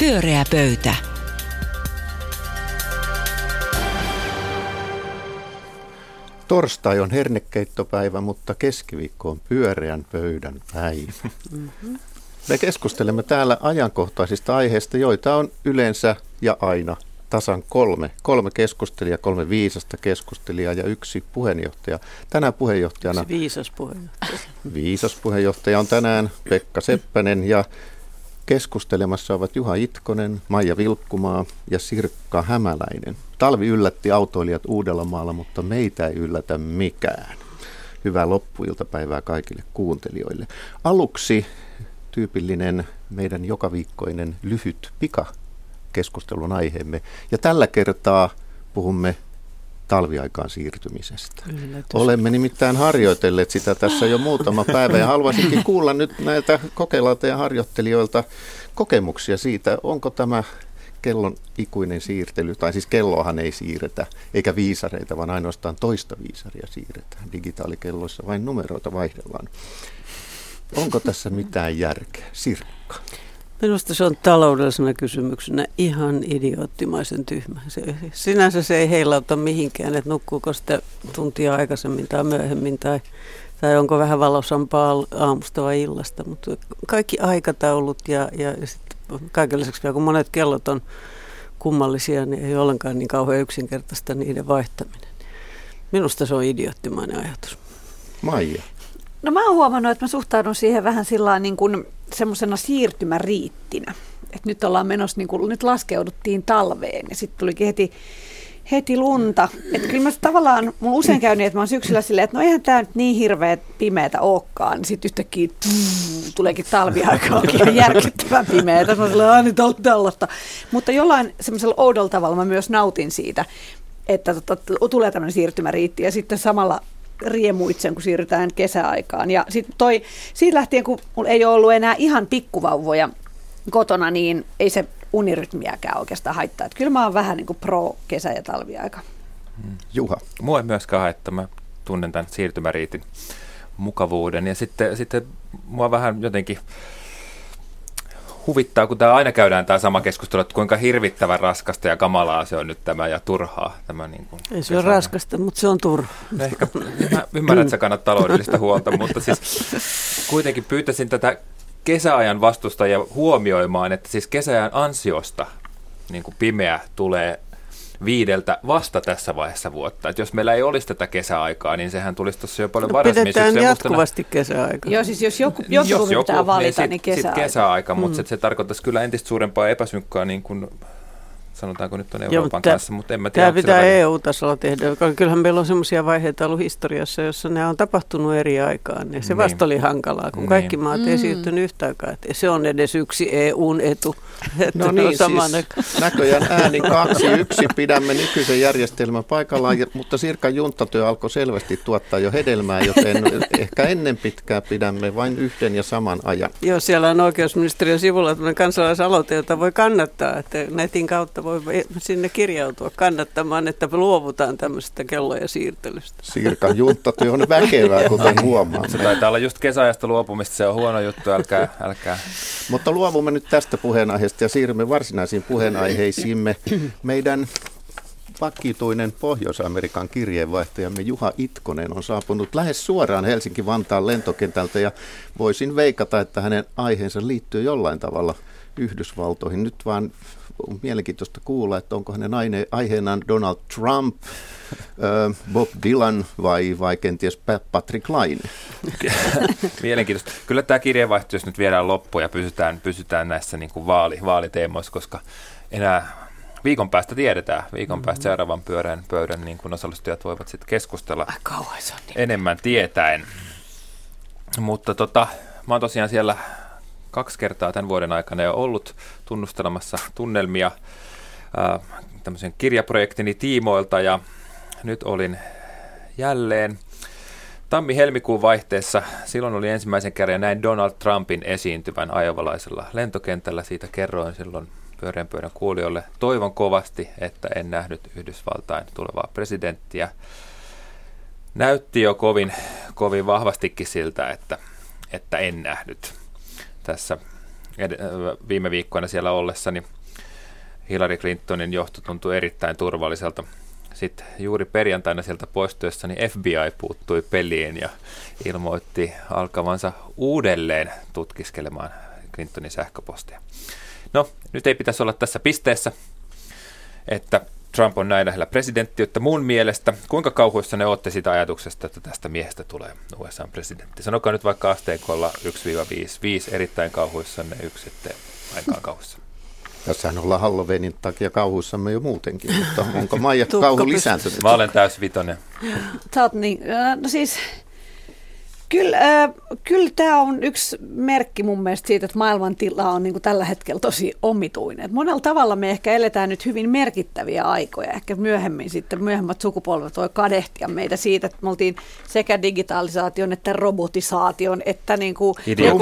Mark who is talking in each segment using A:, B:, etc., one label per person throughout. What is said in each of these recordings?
A: Pyöreä pöytä.
B: Torstai on hernekeittopäivä, mutta keskiviikko on pyöreän pöydän päivä. Mm-hmm. Me keskustelemme täällä ajankohtaisista aiheista, joita on yleensä ja aina tasan kolme keskustelijaa, 3 viisasta keskustelijaa ja 1 puheenjohtaja. Tänään puheenjohtajana...
C: Se viisas puheenjohtaja.
B: Viisas puheenjohtaja on tänään Pekka Seppänen ja keskustelemassa ovat Juha Itkonen, Maija Vilkkumaa ja Sirkka Hämäläinen. Talvi yllätti autoilijat Uudellamaalla, mutta meitä ei yllätä mikään. Hyvää loppuiltapäivää kaikille kuuntelijoille. Aluksi tyypillinen meidän jokaviikkoinen lyhyt pikakeskustelun aiheemme. Ja tällä kertaa puhumme talviaikaan siirtymisestä. Olemme nimittäin harjoitelleet sitä tässä jo muutama päivä ja haluaisinkin kuulla nyt näiltä kokeilailta ja harjoittelijoilta kokemuksia siitä, onko tämä kellon ikuinen siirtely, tai siis kelloahan ei siirretä, eikä viisareita, vaan ainoastaan toista viisaria siirretään. Digitaalikelloissa vain numeroita vaihdellaan. Onko tässä mitään järkeä? Sirkka.
C: Minusta se on taloudellisena kysymyksenä ihan idioottimaisen tyhmä. Sinänsä se ei heilauta mihinkään, että nukkuuko sitä tuntia aikaisemmin tai myöhemmin tai onko vähän valosampaa aamusta vai illasta. Mutta kaikki aikataulut ja sitten kaiken lisäksi vielä kun monet kellot on kummallisia, niin ei ollenkaan niin kauhean yksinkertaista niiden vaihtaminen. Minusta se on idioottimainen ajatus.
B: Maija.
D: No mä oon huomannut, että mä suhtaudun siihen vähän sillä niin kuin semmoisena siirtymäriittinä. Että nyt ollaan menossa, niin kuin, nyt laskeuduttiin talveen ja sitten tulikin heti lunta. Että kyllä mä tavallaan, mulla usein käy niin, että mä oon syksyllä silleen, että no eihän tää nyt niin hirveä pimeätä olekaan. Niin sitten yhtäkkiä tuleekin talviaika, onkin järkyttävän pimeätä. Mä oon silleen, nyt on tällaista. Mutta jollain semmoisella oudolla tavalla mä myös nautin siitä, että tulee tämmöinen siirtymäriitti ja sitten samalla riemuitsen, kun siirrytään kesäaikaan. Ja sitten siitä lähtien, kun mulla ei ole ollut enää ihan pikkuvauvoja kotona, niin ei se unirytmiäkään oikeastaan haittaa. Että kyllä mä oon vähän niin kuin pro kesä- ja talviaika.
B: Juha.
E: Mua ei myöskään haittaa. Mä tunnen tämän siirtymäriitin mukavuuden. Ja sitten mua vähän jotenkin huvittaa, kun aina käydään tämä sama keskustelu, että kuinka hirvittävän raskasta ja kamalaa se on nyt tämä ja turhaa. Tämä niin kuin
C: ei se ole raskasta, mutta se on turhaa.
E: Ehkä mä ymmärrän, että sä kannat taloudellista huolta, mutta siis kuitenkin pyytäisin tätä kesäajan vastustajia huomioimaan, että siis kesäajan ansiosta niin kuin pimeä tulee 5 vasta tässä vaiheessa vuotta. Että jos meillä ei olisi tätä kesäaikaa, niin sehän tulisi tuossa jo paljon varhaisemmin.
C: Pidetään jatkuvasti kesäaikaa.
D: Joo, siis jos joku pitää valita, niin kesäaika.
E: Kesäaika, mutta se tarkoittaisi kyllä entistä suurempaa epäsynkkaa, niin kuin sanotaanko nyt on Euroopan kanssa, mutta en mä tiedä.
C: Tämä pitää EU-tasolla tehdä. Kyllähän meillä on sellaisia vaiheita ollut historiassa, jossa nämä on tapahtunut eri aikaan. Ja se vasta oli hankalaa, kun kaikki maat ei siirtynyt yhtä aikaa. Että se on edes yksi EUn etu.
B: No niin, siis näköjään äänin 2-1 pidämme nykyisen järjestelmän paikallaan, mutta Sirkan junttatyö alkoi selvästi tuottaa jo hedelmää, joten ehkä ennen pitkää pidämme vain yhden ja saman ajan.
C: Joo, siellä on oikeusministeriön sivulla kansalaisaloite, jota voi kannattaa, että netin kautta voi sinne kirjautua kannattamaan, että luovutaan tämmöisestä kellojen siirtelystä.
B: Sirkan junttatyö on väkevää, kuten huomaa.
E: Se taitaa olla just kesäajasta luopumista, se on huono juttu, älkää.
B: Mutta luovumme nyt tästä puheenaiheesta ja siirrymme varsinaisiin puheenaiheisiimme. Meidän vakituinen Pohjois-Amerikan kirjeenvaihtajamme Juha Itkonen on saapunut lähes suoraan Helsinki-Vantaan lentokentältä ja voisin veikata, että hänen aiheensa liittyy jollain tavalla Yhdysvaltoihin. Nyt vaan on mielenkiintoista kuulla, että onko hänen aiheenaan Donald Trump, Bob Dylan vai kenties Patrick Laine.
E: Mielenkiintoista. Kyllä tämä kirjeenvaihto, jos nyt viedään loppuun ja pysytään näissä niin kuin vaaliteemoissa, koska enää viikon päästä tiedetään. Viikon päästä seuraavan pyöreän pöydän niin kuin osallistujat voivat sitten keskustella enemmän tietäen. Mutta mä oon tosiaan siellä 2 kertaa tämän vuoden aikana jo ollut tunnustelemassa tunnelmia tämmöisen kirjaprojektini tiimoilta ja nyt olin jälleen tammi-helmikuun vaihteessa. Silloin oli ensimmäisen kerran näin Donald Trumpin esiintyvän iowalaisella lentokentällä. Siitä kerroin silloin pyöreän pöydän kuulijoille. Toivon kovasti, että en nähnyt Yhdysvaltain tulevaa presidenttiä. Näytti jo kovin vahvastikin siltä, että en nähnyt. Tässä viime viikkoina siellä ollessani Hillary Clintonin johto tuntui erittäin turvalliselta. Sitten juuri perjantaina sieltä poistuessani FBI puuttui peliin ja ilmoitti alkavansa uudelleen tutkiskelemaan Clintonin sähköposteja. No, nyt ei pitäisi olla tässä pisteessä, että Trump on näin lähellä presidenttiyttä mun mielestä. Kuinka kauhuissa ne olette siitä ajatuksesta, että tästä miehestä tulee USA-presidentti? Sanokaa nyt vaikka asteikolla 1-5. 5 erittäin kauhuissanne, 1 sitten ainakaan kauhuissa.
B: Tässähän ollaan Halloweenin takia kauhuissamme jo muutenkin, mutta onko Maija kauhu lisääntynyt?
E: Mä olen täys vitonen.
D: Sä oot niin, no siis... Kyllä tämä on yksi merkki mun mielestä siitä, että maailmantila on niin kuin tällä hetkellä tosi omituinen. Et monella tavalla me ehkä eletään nyt hyvin merkittäviä aikoja. Ehkä myöhemmät sukupolvet voi kadehtia meitä siitä, että me oltiin sekä digitalisaation että robotisaation että niin kuin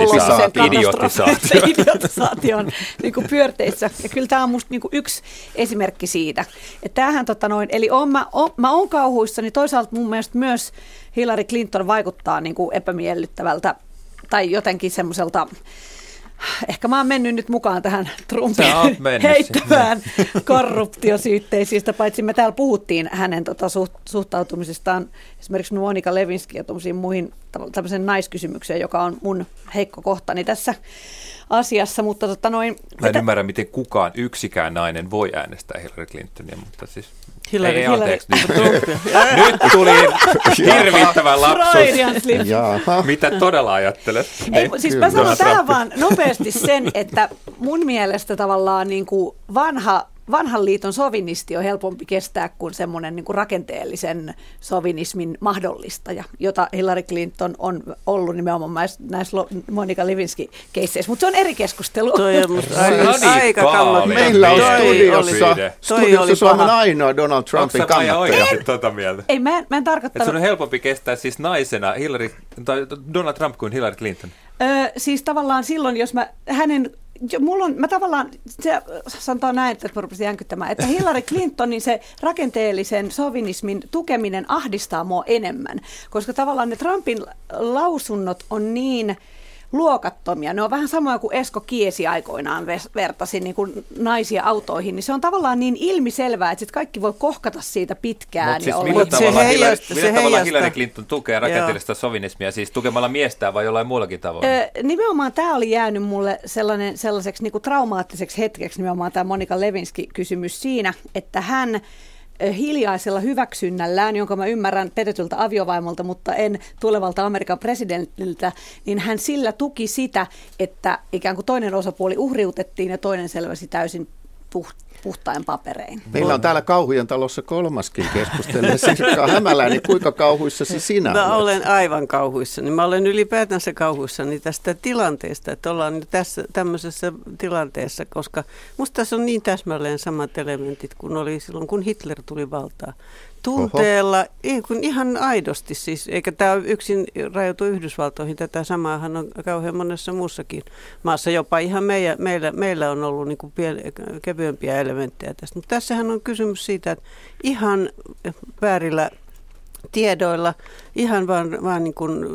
D: idiotisaation niin kuin pyörteissä. Ja kyllä tämä on musta niin kuin yksi esimerkki siitä. Että tämähän, eli mä oon kauhuissani, toisaalta mun mielestä myös Hillary Clinton vaikuttaa niin kuin epämiellyttävältä tai jotenkin semmoiselta, ehkä mä oon mennyt nyt mukaan tähän Trumpin heittämään korruptiosyytteisistä, paitsi me täällä puhuttiin hänen suhtautumisestaan esimerkiksi Monica Lewinsky ja tuommoisiin muihin tämmöisen naiskysymykseen, joka on mun heikko kohtani tässä asiassa, mutta
E: Mä en ymmärrä, miten yksikään nainen voi äänestää Hillary Clintonia, mutta siis... Anteeksi, nyt tuli hirvittävä lapsus. Mitä todella ajattelet?
D: Siis mä sanon tähän vaan nopeasti sen, että mun mielestä tavallaan niin kuin vanhan liiton sovinisti on helpompi kestää kuin semmoinen niin kuin rakenteellisen sovinismin mahdollistaja, jota Hillary Clinton on ollut nimenomaan näissä Monica Lewinsky-keisseissä. Mutta se on eri keskustelu.
C: Toi on musta aika kammottavaa.
B: Meillä on studiossa Suomen ainoa Donald Trumpin kannattaja.
E: Oikeasti tuota mieltä?
D: Ei, mä en tarkoittanut.
E: Se on helpompi kestää siis naisena Donald Trump kuin Hillary Clinton.
D: Siis tavallaan silloin, jos sanotaan näin, että mä rupesin jänkyttämään, että Hillary Clintonin se rakenteellisen sovinismin tukeminen ahdistaa mua enemmän, koska tavallaan ne Trumpin lausunnot on niin luokattomia. Ne on vähän samoja kuin Esko Kiesi aikoinaan vertasi niin kuin naisia autoihin, niin se on tavallaan niin ilmiselvää, että sit kaikki voi kohkata siitä pitkään.
E: Mutta siis millä tavalla Hillary Clinton tukee rakenteellista sovinismia, siis tukemalla miestään vai jollain muullakin tavoin?
D: Nimenomaan tämä oli jäänyt mulle sellaiseksi niin kuin traumaattiseksi hetkeksi, nimenomaan tämä Monica Lewinsky-kysymys siinä, että hän hiljaisella hyväksynnällään, jonka mä ymmärrän petetyltä aviovaimolta, mutta en tulevalta Amerikan presidentiltä, niin hän sillä tuki sitä, että ikään kuin toinen osapuoli uhriutettiin ja toinen selväsi täysin puhtain paperein.
B: Meillä on täällä Kauhujen talossa kolmaskin keskustelija, Sirkka Hämäläinen. Kuinka kauhuissasi sinä
C: Mä olen aivan kauhuissani. Mä olen ylipäätänsä kauhuissani tästä tilanteesta, että ollaan nyt tässä tämmöisessä tilanteessa, koska musta tässä on niin täsmälleen samat elementit kuin oli silloin, kun Hitler tuli valtaan. Tunteella, kun ihan aidosti siis, eikä tämä yksin rajoitu Yhdysvaltoihin, tätä samaahan on kauhean monessa muussakin maassa, jopa ihan meillä on ollut niin kuin kevyempiä elementtejä tästä. Mutta tässähän on kysymys siitä, että ihan väärillä tiedoilla, ihan vaan niin kuin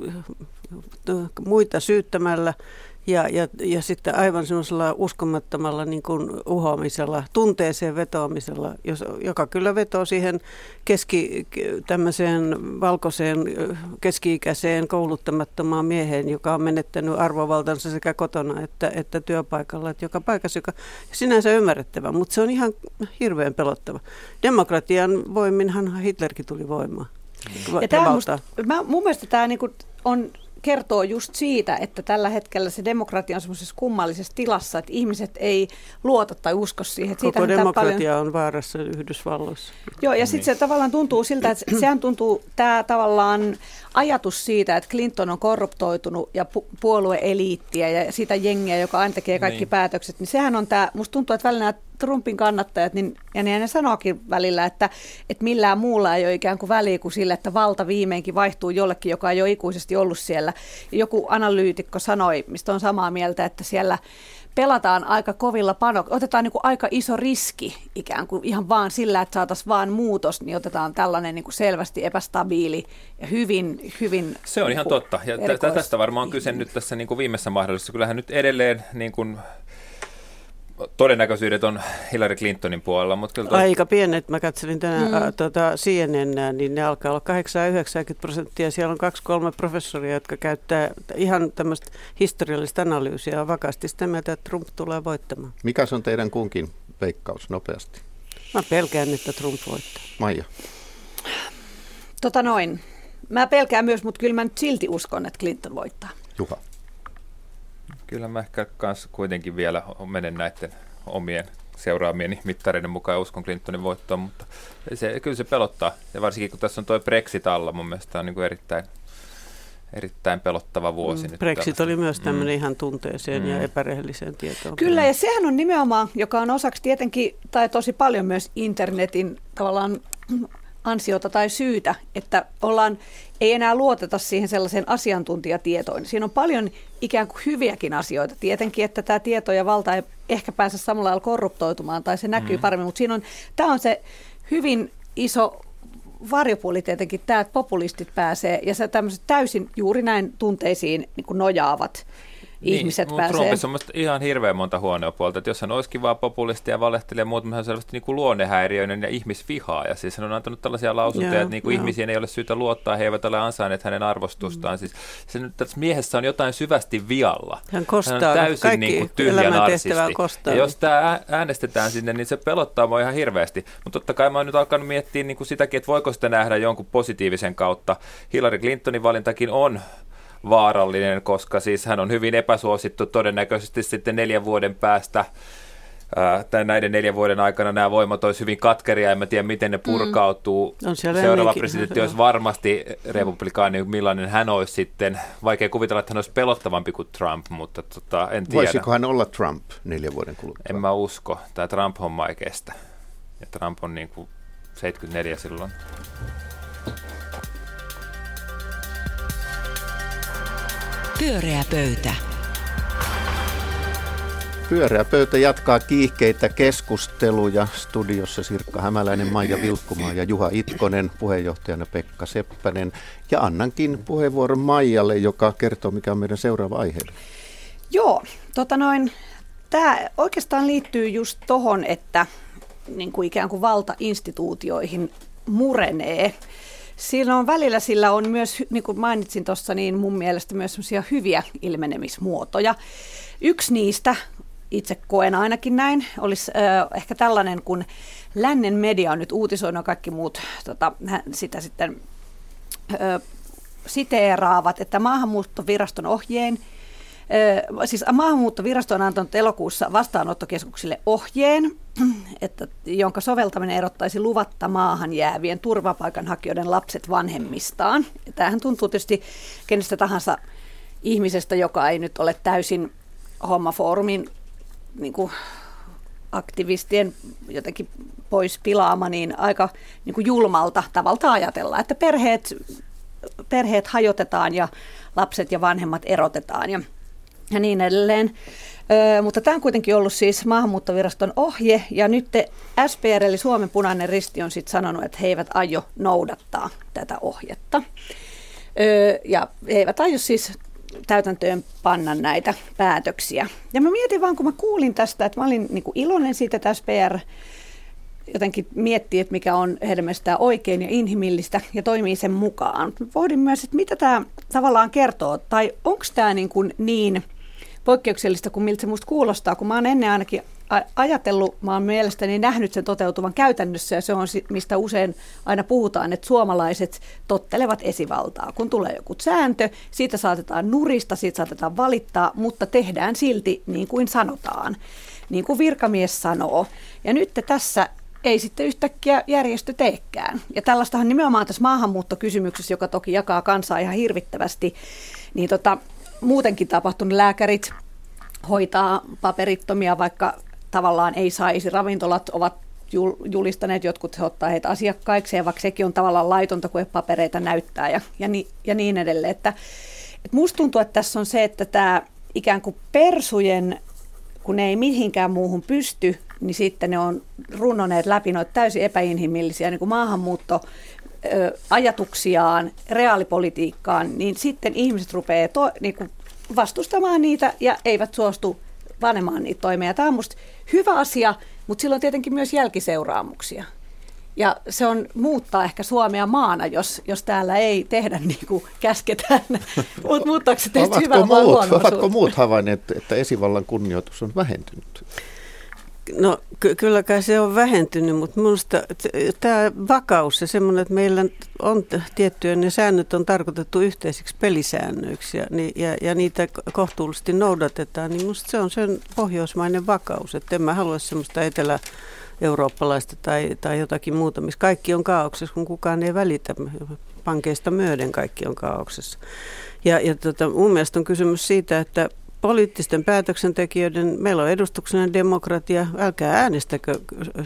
C: muita syyttämällä, ja sitten aivan semmoisella uskomattomalla niin kuin uhoamisella, tunteeseen vetoamisella, joka kyllä vetoo siihen tämmöiseen valkoiseen keski-ikäiseen kouluttamattomaan mieheen, joka on menettänyt arvovaltansa sekä kotona että työpaikalla, että joka paikassa, joka sinänsä ymmärrettävä, mutta se on ihan hirveän pelottava. Demokratian voiminhan Hitlerkin tuli voimaan.
D: Mun mielestä tämä niinku kertoo just siitä, että tällä hetkellä se demokratia on semmoisessa kummallisessa tilassa, että ihmiset ei luota tai usko siihen.
C: Koko demokratia on vaarassa Yhdysvalloissa.
D: Joo, ja sitten se tavallaan tuntuu siltä, että sehän tuntuu tämä tavallaan ajatus siitä, että Clinton on korruptoitunut ja puolueeliittiä ja sitä jengiä, joka aina tekee kaikki päätökset, niin sehän on tämä, musta tuntuu, että välillä Trumpin kannattajat, niin, ja ne sanookin välillä, että millään muulla ei ole ikään kuin väliä kuin sillä, että valta viimeinkin vaihtuu jollekin, joka ei ole ikuisesti ollut siellä. Ja joku analyytikko sanoi, mistä on samaa mieltä, että siellä pelataan aika kovilla otetaan niin kuin aika iso riski ikään kuin ihan vaan sillä, että saataisiin vaan muutos, niin otetaan tällainen niin kuin selvästi epästabiili ja hyvin
E: se on ihan totta. Ja tästä varmaan on kyse nyt tässä niin kuin viimeisessä mahdollisessa. Kyllähän nyt edelleen niin kuin todennäköisyydet on Hillary Clintonin puolella. Mutta kyllä
C: aika pienet. Mä katselin tänään CNN, niin ne alkaa olla 80-90%. Siellä on 2-3 professoria, jotka käyttää ihan tämmöistä historiallista analyysiä ja vakaasti sitä mieltä, että Trump tulee voittamaan.
B: Mikä on teidän kunkin veikkaus nopeasti?
C: Mä pelkään, että Trump voittaa.
B: Maija.
D: Mä pelkään myös, mutta kyllä mä nyt silti uskon, että Clinton voittaa.
B: Juha.
E: Kyllä mä ehkä kanssa kuitenkin vielä menen näiden omien seuraamieni mittareiden mukaan ja uskon Clintonin voittoon, mutta kyllä se pelottaa. Ja varsinkin kun tässä on tuo Brexit alla, mun mielestä on niin kuin erittäin pelottava vuosi. Nyt
C: Brexit oli myös tämmöinen ihan tunteeseen ja epärehelliseen tietoon.
D: Kyllä, ja sehän on nimenomaan, joka on osaksi tietenkin, tai tosi paljon myös internetin tavallaan ansiota tai syytä, että ei enää luoteta siihen sellaiseen asiantuntijatietoon. Siinä on paljon ikään kuin hyviäkin asioita. Tietenkin, että tämä tieto ja valta ei ehkä pääse samalla lailla korruptoitumaan, tai se näkyy paremmin, mutta tämä on se hyvin iso varjopuoli tietenkin, tämä, että populistit pääsee, ja se tämmöiset täysin juuri näin tunteisiin niin kuin nojaavat ihmiset pääsee.
E: Trumpissa on ihan hirveän monta huonoa puolta, että jos hän olisikin vaan populisti ja valehtelee ja muut, hän on selvästi niin kuin luonnehäiriöinen ja ihmisvihaa. Ja siis hän on antanut tällaisia lausuntoja, että niin kuin ihmisien ei ole syytä luottaa, he eivät ole ansainneet hänen arvostustaan. Siis tässä miehessä on jotain syvästi vialla.
C: Hän kostaa.
E: Hän on täysin niin kuin tyhjä narsisti.
C: Kostaa.
E: Ja jos tämä äänestetään sinne, niin se pelottaa mua ihan hirveästi. Mutta totta kai mä oon nyt alkanut miettiä niin kuin sitäkin, että voiko sitä nähdä jonkun positiivisen kautta. Hillary Clintonin valintakin on vaarallinen, koska siis hän on hyvin epäsuosittu todennäköisesti sitten 4 vuoden päästä, tai näiden 4 vuoden aikana nämä voimat olisi hyvin katkeria, en mä tiedä miten ne purkautuu. Seuraava presidentti olisi varmasti republikaani, millainen hän olisi sitten. Vaikea kuvitella, että hän olisi pelottavampi kuin Trump, mutta en tiedä.
B: Voisiko hän olla Trump 4 vuoden kuluttua?
E: En mä usko. Tämä Trump-homma ei kestä. Ja Trump on niin kuin 74 silloin.
A: Pyöreä pöytä.
B: Pyöreä pöytä jatkaa kiihkeitä keskusteluja. Studiossa Sirkka Hämäläinen, Maija Vilkkumaa ja Juha Itkonen, puheenjohtajana Pekka Seppänen. Ja annankin puheenvuoron Maijalle, joka kertoo, mikä on meidän seuraava aihe.
D: Joo, tämä oikeastaan liittyy just tohon, että niin kuin ikään kuin valtainstituutioihin murenee. Sillä on myös, niin kuin mainitsin tuossa, niin mun mielestä myös sellaisia hyviä ilmenemismuotoja. Yksi niistä, itse koen ainakin näin, olisi ehkä tällainen, kun lännen media on nyt uutisoinut ja kaikki muut sitä sitten siteeraavat, että Maahanmuuttoviraston Maahanmuuttovirasto on antanut elokuussa vastaanottokeskuksille ohjeen, jonka soveltaminen erottaisi luvatta maahan jäävien turvapaikanhakijoiden lapset vanhemmistaan. Ja tämähän tuntuu tietysti kenestä tahansa ihmisestä, joka ei nyt ole täysin hommafoorumin niin kuin aktivistien jotenkin pois pilaama, niin aika niin kuin julmalta tavalta ajatella, että perheet hajotetaan ja lapset ja vanhemmat erotetaan ja niin edelleen. Mutta tämä on kuitenkin ollut siis Maahanmuuttoviraston ohje, ja nyt SPR eli Suomen Punainen Risti on sitten sanonut, että he eivät aio noudattaa tätä ohjetta. Ja he eivät aio siis täytäntöön panna näitä päätöksiä. Ja mä mietin vaan, kun mä kuulin tästä, että mä olin niin kuin iloinen siitä, että SPR jotenkin miettii, että mikä on heidän mielestään oikein ja inhimillistä ja toimii sen mukaan. Pohdin myös, että mitä tämä tavallaan kertoo, tai onko tämä niin poikkeuksellista kuin miltä se musta kuulostaa, kun mä oon ennen ainakin ajatellut, mä oon mielestäni nähnyt sen toteutuvan käytännössä, ja se on mistä usein aina puhutaan, että suomalaiset tottelevat esivaltaa. Kun tulee joku sääntö, siitä saatetaan nurista, siitä saatetaan valittaa, mutta tehdään silti niin kuin sanotaan, niin kuin virkamies sanoo. Ja nyt tässä ei sitten yhtäkkiä järjestö teekään. Ja tällaistahan nimenomaan tässä maahanmuuttokysymyksessä, joka toki jakaa kansaa ihan hirvittävästi, niin muutenkin tapahtunut lääkärit hoitaa paperittomia vaikka tavallaan ei saisi. Ravintolat ovat julistaneet, jotkut he ottaa heitä asiakkaikseen, vaikka sekin on tavallaan laitonta, kun ei papereita näyttää ja niin edelleen. Että musta tuntuu, että tässä on se, että tämä ikään kuin persujen, kun ne ei mihinkään muuhun pysty, niin sitten ne on runnoneet läpi noita täysin epäinhimillisiä niin kuin maahanmuuttoajatuksiaan, reaalipolitiikkaan, niin sitten ihmiset rupeaa niin kuin vastustamaan niitä ja eivät suostu panemaan niitä toimeen. Ja tämä on musta hyvä asia, mutta sillä on tietenkin myös jälkiseuraamuksia. Ja se on muuttaa ehkä Suomea maana, jos täällä ei tehdä niin kuin käsketään. Mutta muuttaako se teistä hyvää vai huonoa?
B: Ovatko muut havainneet, että esivallan kunnioitus on vähentynyt?
C: No kyllä kai se on vähentynyt, mutta minusta tämä vakaus ja semmoinen, että meillä on tiettyjä, ne säännöt on tarkoitettu yhteisiksi pelisäännöiksi ja niitä kohtuullisesti noudatetaan, niin minusta se on sen pohjoismainen vakaus, että en mä halua semmoista etelä-eurooppalaista tai jotakin muuta, missä kaikki on kaauksessa, kun kukaan ei välitä. Pankeista myöden kaikki on kaauksessa. Ja mun mielestä on kysymys siitä, että poliittisten päätöksentekijöiden, meillä on edustuksellinen demokratia, älkää äänestäkö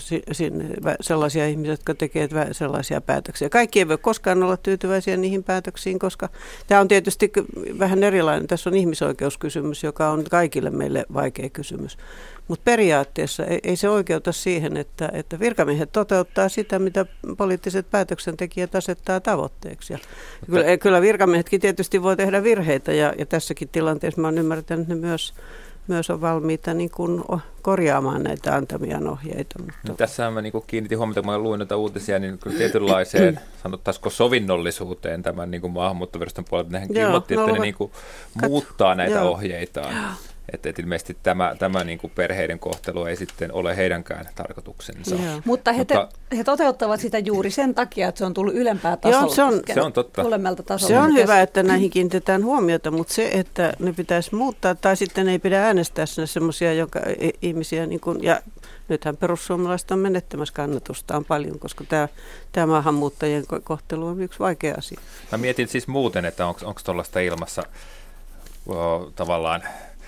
C: sellaisia ihmisiä, jotka tekevät sellaisia päätöksiä. Kaikki ei voi koskaan olla tyytyväisiä niihin päätöksiin, koska tämä on tietysti vähän erilainen. Tässä on ihmisoikeuskysymys, joka on kaikille meille vaikea kysymys. Mutta periaatteessa ei se oikeuta siihen, että virkamiehet toteuttaa sitä, mitä poliittiset päätöksentekijät asettaa tavoitteeksi. Kyllä virkamiehetkin tietysti voi tehdä virheitä ja tässäkin tilanteessa mä olen ymmärtänyt, että ne myös on valmiita niin kuin korjaamaan näitä antamiaan ohjeita.
E: No, tässähän mä niin kiinnitin huomiota, kun mä luin näitä uutisia, niin kyllä tietynlaiseen, sanottaisiko sovinnollisuuteen tämän niin maahanmuuttoviraston puolelta. Nehän ilmoitti, että ne niin muuttaa näitä ohjeitaan. Että ilmeisesti tämä niin kuin perheiden kohtelu ei sitten ole heidänkään tarkoituksensa.
D: Mutta he toteuttavat sitä juuri sen takia, että se on tullut ylempää tasolla.
E: Se on totta.
C: Se on hyvä, että näihin kiinnitetään huomiota, mutta se, että ne pitäisi muuttaa tai sitten ei pidä äänestää semmoisia ihmisiä, niin kuin, ja nythän perussuomalaiset on menettämässä kannatustaan paljon, koska tämä maahanmuuttajien kohtelu on yksi vaikea asia.
E: Mä mietin siis muuten, että onko tuollaista ilmassa tavallaan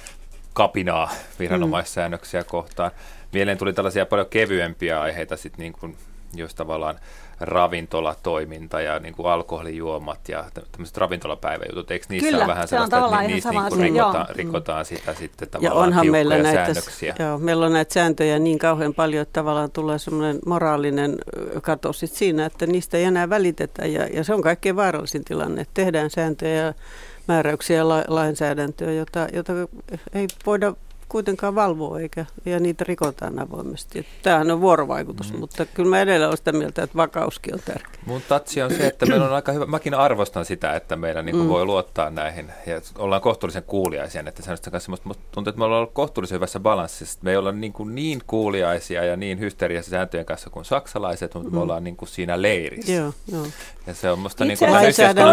E: kapinaa viranomaissäännöksiä kohtaan. Mieleen tuli tällaisia paljon kevyempiä aiheita, sit niin kuin, jos tavallaan ravintolatoiminta ja niin kuin alkoholijuomat ja tämmöiset ravintolapäiväjutut, eikö niissä ole vähän sellaista, että niissä niin rikotaan sitä sitten tavallaan tiukkoja säännöksiä?
C: Joo, meillä on näitä sääntöjä niin kauhean paljon, että tavallaan tulee semmoinen moraalinen kato sit siinä, että niistä ei enää välitetä ja se on kaikkein vaarallisin tilanne, että tehdään sääntöjä ja määräyksiä ja lainsäädäntöä, jota ei voida kuitenkaan valvoa ja niitä rikotaan avoimesti. Tämähän on vuorovaikutus, mutta kyllä mä edelleen olen sitä mieltä, että vakauskin on tärkeä.
E: Mun tatsi on se, että meillä on aika hyvä, mäkin arvostan sitä, että meillä niin voi luottaa näihin ja ollaan kohtuullisen kuuliaisia näiden säännösten kanssa, mutta tuntuu, että me ollaan ollut kohtuullisen hyvässä balanssissa. Me ei olla niin kuuliaisia ja niin hysteriassa sääntöjen kanssa kuin saksalaiset, mutta me ollaan niin kuin siinä leirissä.
C: Joo.
E: Ja se on musta
D: niin kuin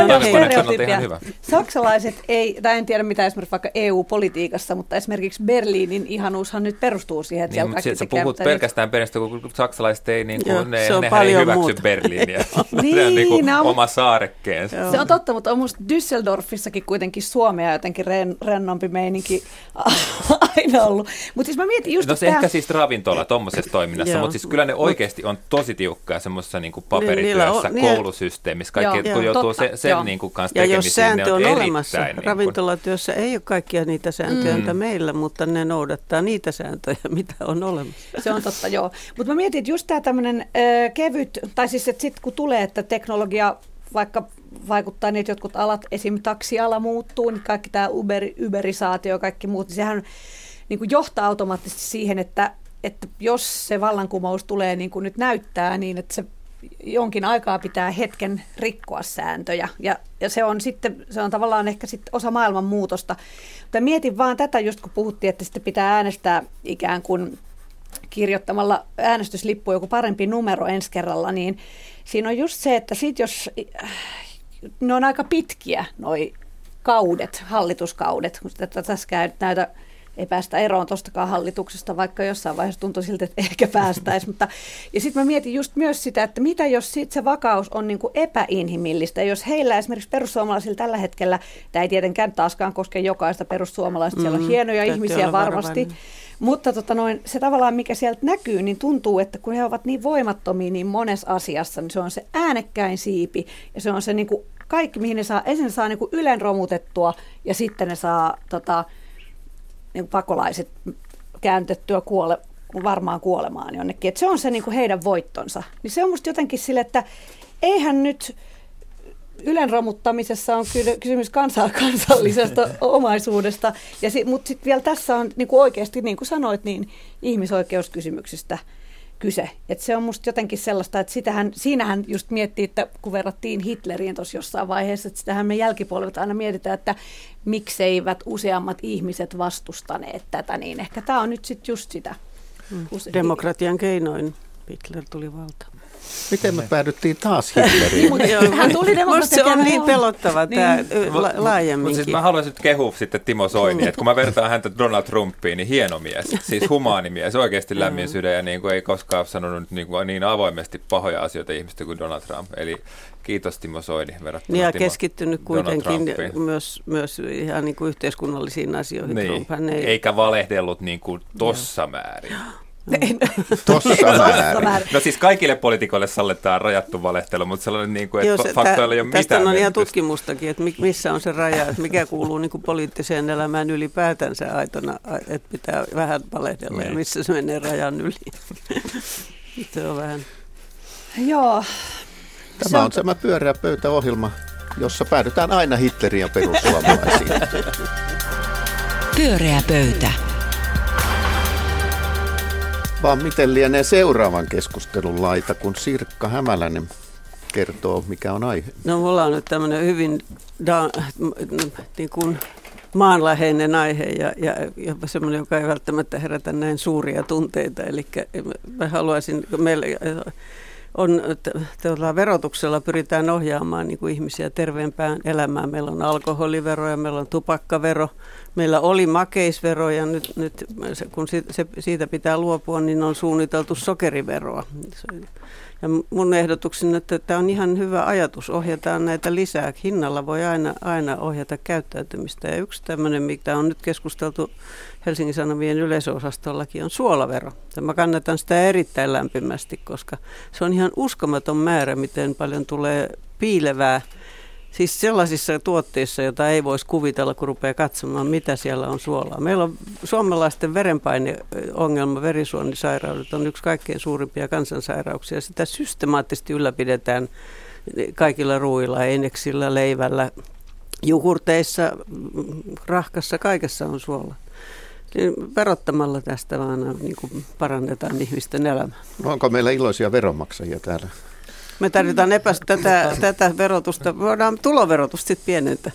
D: ihan hyvä. Saksalaiset ei, tai en tiedä mitä esimerkiksi vaikka EU-politiikassa, mutta esimerkiksi Berliinin ihanuushan nyt perustuu siihen, että siellä kaikki tekee.
E: Puhut pelkästään Berliinistä, kun saksalaiset ei, niin kuin, ne ei hyväksy Berliiniä. Se on niin kuin oma saarekkeensa.
D: Se on totta, mutta on musta Düsseldorfissakin kuitenkin Suomea jotenkin rennompi meininki aina ollut. Mutta siis mä mietin just,
E: se ehkä siis ravintola tuommoisessa toiminnassa, mutta siis kyllä ne oikeasti on tosi tiukkaa semmoisessa niin kuin paperityössä, koulusysteemissä. Kaikki, kun joutuu sen niin kuin kanssa tekemisiin,
C: ja jos sääntö on olemassa,
E: niin
C: ravintolatyössä ei ole kaikkia niitä sääntöjä, mitä meillä, mutta ne noudattaa niitä sääntöjä, mitä on olemassa.
D: Se on totta, joo. Mutta mä mietin, että just tämä tämmöinen kevyt, tai siis että sitten kun tulee, että teknologia vaikka vaikuttaa niin, että jotkut alat, esim. Taksiala muuttuu, niin kaikki tämä uberisaatio ja kaikki muut, niin sehän niin kuin johtaa automaattisesti siihen, että jos se vallankumous tulee niin kuin nyt näyttää, niin että se jonkin aikaa pitää hetken rikkoa sääntöjä. Ja se on tavallaan ehkä sitten osa maailman muutosta. Mutta mietin vaan tätä just kun puhuttiin, että sitten pitää äänestää ikään kuin kirjoittamalla äänestyslippuun joku parempi numero ensi kerralla, niin siinä on just se, että sit jos ne on aika pitkiä noi kaudet, hallituskaudet, kun tässä käy näitä ei päästä eroon tostakaan hallituksesta, vaikka jossain vaiheessa tuntui siltä, että ehkä päästäisiin. Ja sitten mä mietin just myös sitä, että mitä jos sit se vakaus on niin kuin epäinhimillistä, jos heillä esimerkiksi perussuomalaisilla tällä hetkellä, tämä ei tietenkään taaskaan koske jokaista perussuomalaista, siellä on hienoja ihmisiä varmasti, mutta se tavallaan, mikä sieltä näkyy, niin tuntuu, että kun he ovat niin voimattomia niin monessa asiassa, niin se on se äänekkäin siipi ja se on se niin kuin kaikki, mihin ne saa, ensin ne saa niin kuin Ylen romutettua ja sitten ne saa niin kuin pakolaiset kääntettyä varmaan kuolemaan jonnekin. Et se on se niin kuin heidän voittonsa. Niin se on musta jotenkin sille, että eihän nyt Ylen romuttamisessa on kysymys kansallisesta omaisuudesta, mutta sitten vielä tässä on niin kuin oikeasti, niin kuin sanoit, niin ihmisoikeuskysymyksistä kyse. Et se on musta jotenkin sellaista, että siinähän just miettii, että kun verrattiin Hitleriin tuossa jossain vaiheessa, että sitähän me jälkipolvet aina mietitään, että mikseivät useammat ihmiset vastustaneet tätä, niin ehkä tämä on nyt sitten just sitä.
C: Demokratian keinoin Hitler tuli valtaan.
B: Miten me päädyttiin taas Hitleriin?
D: Hän tuli
C: Musta se on niin pelottava tämä laajemminkin.
E: Siis mä haluaisin nyt kehua sitten Timo Soinia, että kun mä vertaan häntä Donald Trumpiin, niin hieno mies, siis humaani mies, oikeasti lämmin sydän ja niin kuin ei koskaan sanonut niin avoimesti pahoja asioita ihmistä kuin Donald Trump. Eli kiitos Timo Soini verrattuna
C: ja keskittynyt kuitenkin myös ihan niin kuin yhteiskunnallisiin asioihin.
E: Niin, eikä valehdellut niin kuin tossa määrin.
B: Tossa määrin.
E: No siis kaikille poliitikoille sallitaan rajattu valehtelu, mutta sellainen, niin kuin, että faktoilla ei ole mitään.
C: Tästä on ihan tutkimustakin, että missä on se raja, että mikä kuuluu niin kuin poliittiseen elämään ylipäätänsä aitona, että pitää vähän valehdella ja missä se menee rajan yli. Se on vähän.
D: Joo.
B: Tämä on tämä pyöreä pöytäohjelma, jossa päädytään aina Hitleriin ja perussuomalaisiin.
A: Pyöreä pöytä.
B: Vaan miten lienee seuraavan keskustelun laita, kun Sirkka Hämäläinen kertoo, mikä on aihe?
C: No mulla on nyt tämmöinen hyvin niin kuin maanläheinen aihe ja semmoinen, joka ei välttämättä herätä näin suuria tunteita. Eli mä haluaisin, meillä verotuksella pyritään ohjaamaan niin kuin ihmisiä terveempään elämään. Meillä on alkoholivero ja meillä on tupakkavero. Meillä oli makeisvero ja nyt kun siitä pitää luopua, niin on suunniteltu sokeriveroa. Ja mun ehdotukseni, että tämä on ihan hyvä ajatus, ohjataan näitä lisää. Hinnalla voi aina ohjata käyttäytymistä. Ja yksi tämmöinen, mitä on nyt keskusteltu Helsingin Sanomien yleisöosastollakin, on suolavero. Ja mä kannatan sitä erittäin lämpimästi, koska se on ihan uskomaton määrä, miten paljon tulee piilevää. Siis sellaisissa tuotteissa, joita ei voisi kuvitella, kun rupeaa katsomaan, mitä siellä on suolaa. Meillä on suomalaisten verenpaineongelma, verisuonisairaudet on yksi kaikkein suurimpia kansansairauksia. Sitä systemaattisesti ylläpidetään kaikilla ruuilla, eineksillä, leivällä, jogurteissa, rahkassa, kaikessa on suolaa. Verottamalla tästä vaan niin kuin parannetaan ihmisten elämää.
B: Onko meillä iloisia veronmaksajia täällä?
C: Me tarvitaan tätä verotusta. Voidaan tuloverotusta sitten pienentää.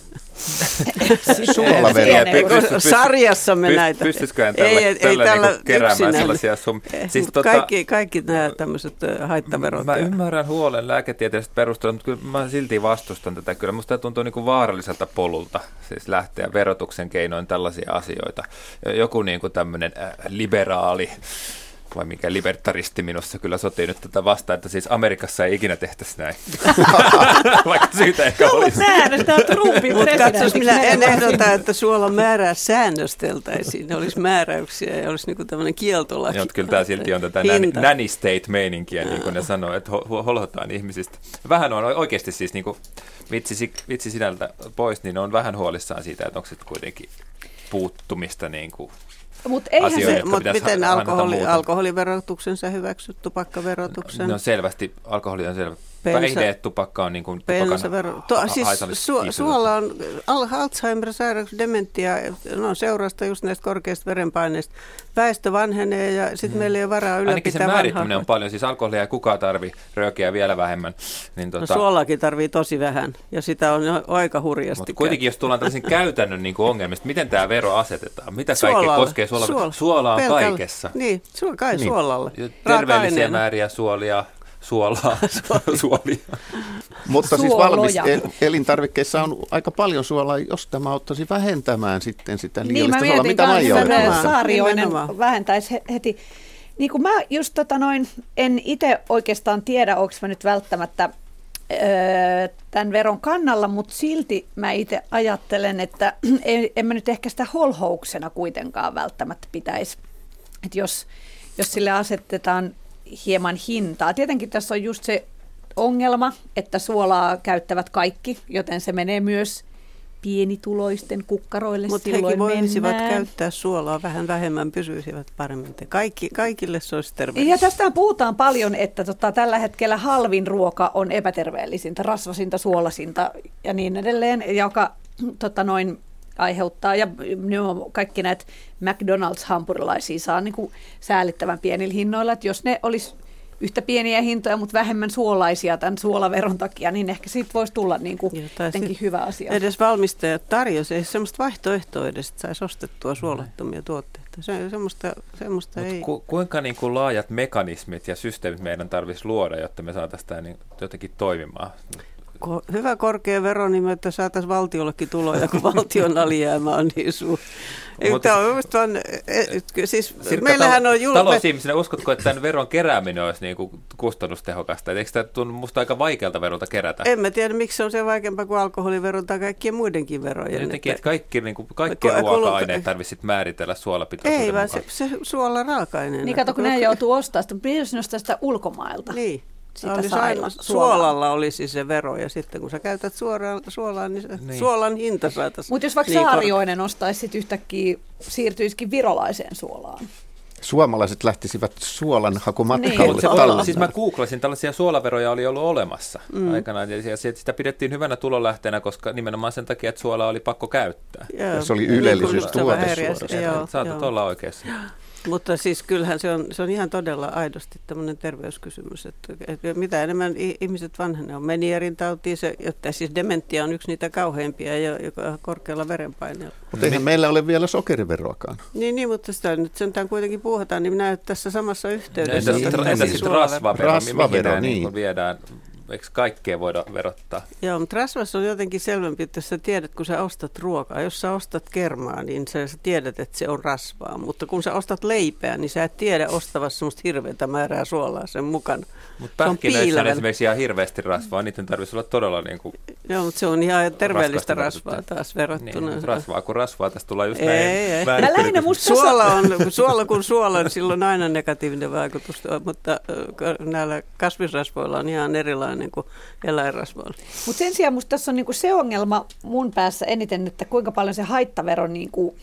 B: Suolavero.
C: Sarjassamme näitä.
E: Pystyisikö tällä niin keräämään sellaisia summia?
C: Siis kaikki nämä tämmöiset haittaverot.
E: Mä ymmärrän huolen lääketieteellisestä perusteella, mutta kyllä mä silti vastustan tätä. Kyllä musta tuntuu niin kuin vaaralliselta polulta siis lähteä verotuksen keinoin tällaisia asioita. Joku niin kuin tämmöinen liberaali vai mikä libertaristi minussa kyllä sotii nyt tätä vastaan, että siis Amerikassa ei ikinä tehtäisi näin. Vaikka syytä ehkä olisi.
D: Säännöstä on Trumpin presidentti.
C: Minä en ehdota, että suolan määrää säännösteltäisiin. Ne olisi määräyksiä ja olisi niin tämmöinen kieltolaki.
E: Joo, kyllä tämä silti on tätä nanny state-meininkiä, niin kuin ne sanoo, että holhotaan ihmisistä. Vähän on oikeasti siis niin kuin vitsi sinältä pois, niin on vähän huolissaan siitä, että onko se kuitenkin puuttumista niin kuin
D: Mutta
C: miten alkoholiverotuksen sä hyväksyt, tupakkaverotuksen?
E: No selvästi, alkoholi on selvä. Päihdeet, tupakka on niin kuin
C: suola on Alzheimer-sairaus, dementia, no seurausta just näistä korkeista verenpaineista. Väestö vanhenee ja sitten meillä ei ole varaa ylläpitää
E: ainakin se määrittäminen on paljon, siis alkoholia ei kukaan tarvitse, röökiä vielä vähemmän. Niin
C: no suolaakin tarvii tosi vähän ja sitä on aika hurjasti.
E: Mutta kuitenkin jos tullaan tällaisen käytännön niin kuin ongelmista, miten tämä vero asetetaan? Mitä kaikkea koskee suolaa? Suola on kaikessa.
C: Niin, kai suolalla.
E: Terveellisiä määriä suolia. suolia.
B: Mutta siis elintarvikkeissa on aika paljon suolaa, jos tämä auttaisi vähentämään sitten sitä liiallista suolaa. Mitä Maija olet?
D: Saarioinen vähentäisi heti. Niin kuin mä just en itse oikeastaan tiedä, onko mä nyt välttämättä tämän veron kannalla, mutta silti mä itse ajattelen, että en mä nyt ehkä sitä holhouksena kuitenkaan välttämättä pitäisi, että jos sille asetetaan hieman hintaa. Tietenkin tässä on just se ongelma, että suolaa käyttävät kaikki, joten se menee myös pienituloisten kukkaroille.
C: Mutta hekin voisivat käyttää suolaa vähän vähemmän, pysyisivät paremmin. Kaikille se olisi terveellistä.
D: Ja tästä puhutaan paljon, että tällä hetkellä halvin ruoka on epäterveellisintä, rasvasinta, suolasinta ja niin edelleen, joka aiheuttaa, ja kaikki näitä McDonald's-hampurilaisia saa niin kuin säälittävän pienillä hinnoilla, että jos ne olisi yhtä pieniä hintoja, mutta vähemmän suolaisia tämän suolaveron takia, niin ehkä siitä voisi tulla niin kuin jotenkin hyvä asia.
C: Edes valmistajat tarjosi, ei semmoista vaihtoehtoa edes, että saisi ostettua suolattomia tuotteita. Semmoista ei.
E: Kuinka niin kuin laajat mekanismit ja systeemit meidän tarvitsisi luoda, jotta me saataisiin tämä niin jotenkin toimimaan?
C: Hyvä korkea vero, niin että saataisiin valtiollekin tuloja, kun valtion alijäämä on niin suuri. Siis meillähän on
E: talousihmisenä, uskotko, että tämän veron kerääminen olisi niin kuin kustannustehokasta? Eikö tämä tunnu musta aika vaikealta verolta kerätä?
C: En mä tiedä, miksi se on se vaikeampaa kuin alkoholiveron tai kaikkien muidenkin verojen.
E: Jotenkin, että kaikki ruoka-aineet tarvitsisi määritellä suolapitoisuuden
C: mukaan.
E: Ei, vaan
C: se suola raaka-aineena.
D: Niin kato, kun ne joutuu ostamaan sitä, pitäisi nostaa sitä ulkomailta.
C: Niin. Suolalla olisi se vero, ja sitten kun sä käytät suolaa, niin suolan hinta saataisiin.
D: Mutta jos vaikka Saarioinen ostaisi sitten yhtäkkiä, siirtyisikin virolaiseen suolaan.
B: Suomalaiset lähtisivät suolan hakumatkalle.
E: Niin. Siis mä googlasin, tällaisia suolaveroja oli ollut olemassa aikanaan, ja sitä pidettiin hyvänä tulonlähteenä, koska nimenomaan sen takia, että suolaa oli pakko käyttää.
B: Ja se oli ylellisyystuote suorastaan.
E: Saatat olla oikeassa.
C: Mutta siis kyllähän se on ihan todella aidosti tämmöinen terveyskysymys, että mitä enemmän ihmiset vanhenee on Menierin tautia, jotta siis dementia on yksi niitä kauheimpia ja korkealla verenpaineella.
B: Mutta eihän meillä ole vielä sokeriveroakaan.
C: Niin, mutta sitä nyt sentään kuitenkin puhutaan, niin näet tässä samassa yhteydessä.
E: Entä sitten rasvavero,
B: niin
E: viedään? Eikö kaikkea voida verottaa?
C: Joo, mutta rasvassa on jotenkin selvempi, että sä tiedät, kun sä ostat ruokaa. Jos sä ostat kermaa, niin sä tiedät, että se on rasvaa. Mutta kun sä ostat leipää, niin sä et tiedä ostavassa semmoista hirveätä määrää suolaa sen mukana.
E: Mutta pähkinöissä on esimerkiksi ihan hirveästi rasvaa. Niiden tarvitsisi olla todella niin kuin.
C: Joo, mutta se on ihan terveellistä rasvaa taas verrattuna.
E: Niin, rasvaa kuin rasvaa. Tässä tullaan just näin.
C: Suola kun suola, niin sillä on aina negatiivinen vaikutus. Mutta näillä kasvisrasvoilla on ihan erilainen kuin eläinrasvoilla.
D: Mutta sen sijaan musta tässä on niinku se ongelma mun päässä eniten, että kuinka paljon se haittavero niinku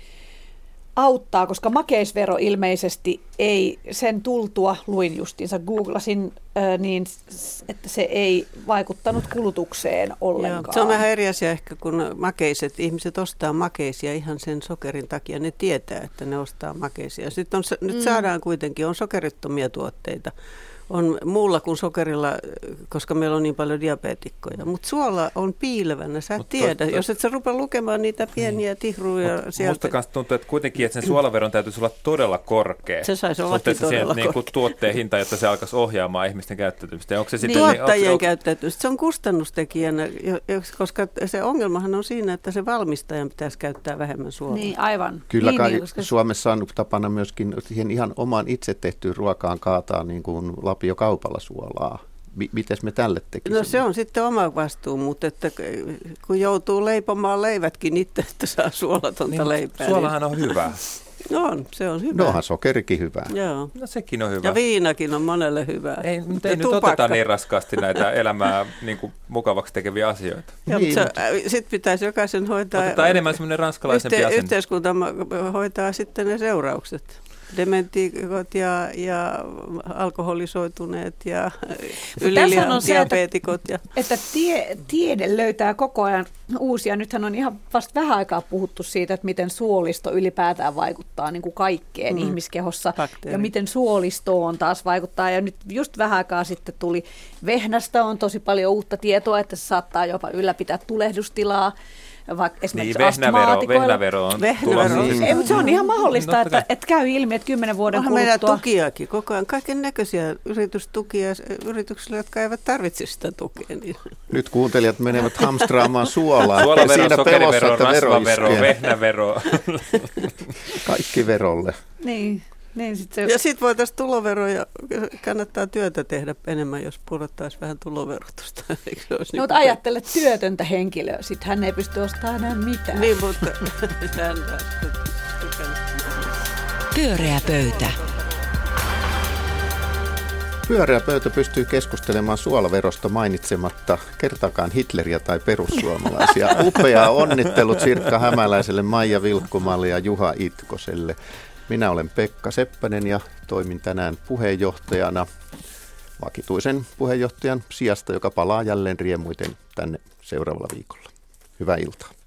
D: auttaa, koska makeisvero ilmeisesti ei sen tultua, luin justiinsa, googlasin, niin että se ei vaikuttanut kulutukseen ollenkaan.
C: Joo, se on vähän eri asia ehkä, kun makeiset, ihmiset ostaa makeisia ihan sen sokerin takia, ne tietää, että ne ostaa makeisia. Sitten nyt saadaan kuitenkin, on sokerittomia tuotteita. On muulla kuin sokerilla, koska meillä on niin paljon diabeetikkoja. Mutta suola on piilevänä, sä et tiedä. Jos et sä rupea lukemaan niitä pieniä tihruja sieltä.
E: Musta kanssa tuntuu, että kuitenkin että sen suolaveron täytyisi olla todella korkea.
C: Se saisi ollakin todella korkea.
E: Niin tuotteen hinta, jotta se alkaisi ohjaamaan ihmisten käyttäytymistä. Onko se sitten,
C: tuottajien käyttäytymistä. Se on kustannustekijänä, koska se ongelmahan on siinä, että se valmistajan pitäisi käyttää vähemmän suolaa.
D: Niin, aivan.
B: Kyllä
D: niin,
B: kai Suomessa on tapana myöskin siihen ihan omaan itse tehtyyn ruokaan kaataa niin kuin lapiokaupalla suolaa. Mites me tälle tekisimme?
C: No se on sitten oma vastuu, mutta että kun joutuu leipomaan leivätkin itse, että saa suolatonta leipää.
E: Suolahan on hyvä.
C: No se on hyvä.
B: Onhan sokerikin hyvä.
C: Joo.
E: No sekin on hyvä.
C: Ja viinakin on monelle hyvä.
E: Ei nyt oteta niin raskaasti näitä elämää niin kuin mukavaksi tekeviä asioita.
C: Niin, sitten pitäisi jokaisen hoitaa.
E: Otetaan enemmän semmoinen ranskalaisempi asenne.
C: Yhteiskunta hoitaa sitten ne seuraukset. Dementikot ja alkoholisoituneet ja ylilihan-diabeetikot.
D: Että tiede löytää koko ajan uusia. Nythän on ihan vasta vähän aikaa puhuttu siitä, että miten suolisto ylipäätään vaikuttaa niin kuin kaikkeen ihmiskehossa. Bakteeri. Ja miten suolistoon taas vaikuttaa. Ja nyt just vähän aikaa sitten tuli vehnästä, on tosi paljon uutta tietoa, että se saattaa jopa ylläpitää tulehdustilaa. vaikka esimerkiksi
E: Niin,
D: astmaatikoilla.
E: vehnävero on tulossa.
D: Ei, mutta se on ihan mahdollista, että käy ilmi, että 10 vuoden
C: Onhan
D: kuluttua.
C: meillä tukiakin koko ajan, kaiken näköisiä yritystukia yrityksille, jotka eivät tarvitse sitä tukea. Niin.
B: Nyt kuuntelijat menevät hamstraamaan suolaa.
E: Suolavero,
B: Siinä
E: sokerivero,
B: pelossa, että
E: rasvavero,
B: iskee.
E: vehnävero.
B: Kaikki verolle.
D: Niin sit se...
C: Ja sitten voitaisiin tuloveroja, kannattaa työtä tehdä enemmän, jos pudottaisiin vähän tuloverotusta.
D: Mutta ajattele työtöntä henkilöä, sitten hän ei pysty ostamaan enää mitään.
C: Niin, mutta
A: Pyöreä pöytä.
B: Pyöreä pöytä pystyy keskustelemaan suolaverosta mainitsematta kertaakaan Hitleriä tai perussuomalaisia. Upeaa onnittelut Sirkka Hämäläiselle, Maija Vilkkumalle ja Juha Itkoselle. Minä olen Pekka Seppänen ja toimin tänään puheenjohtajana vakituisen puheenjohtajan sijasta, joka palaa jälleen riemuiten tänne seuraavalla viikolla. Hyvää iltaa.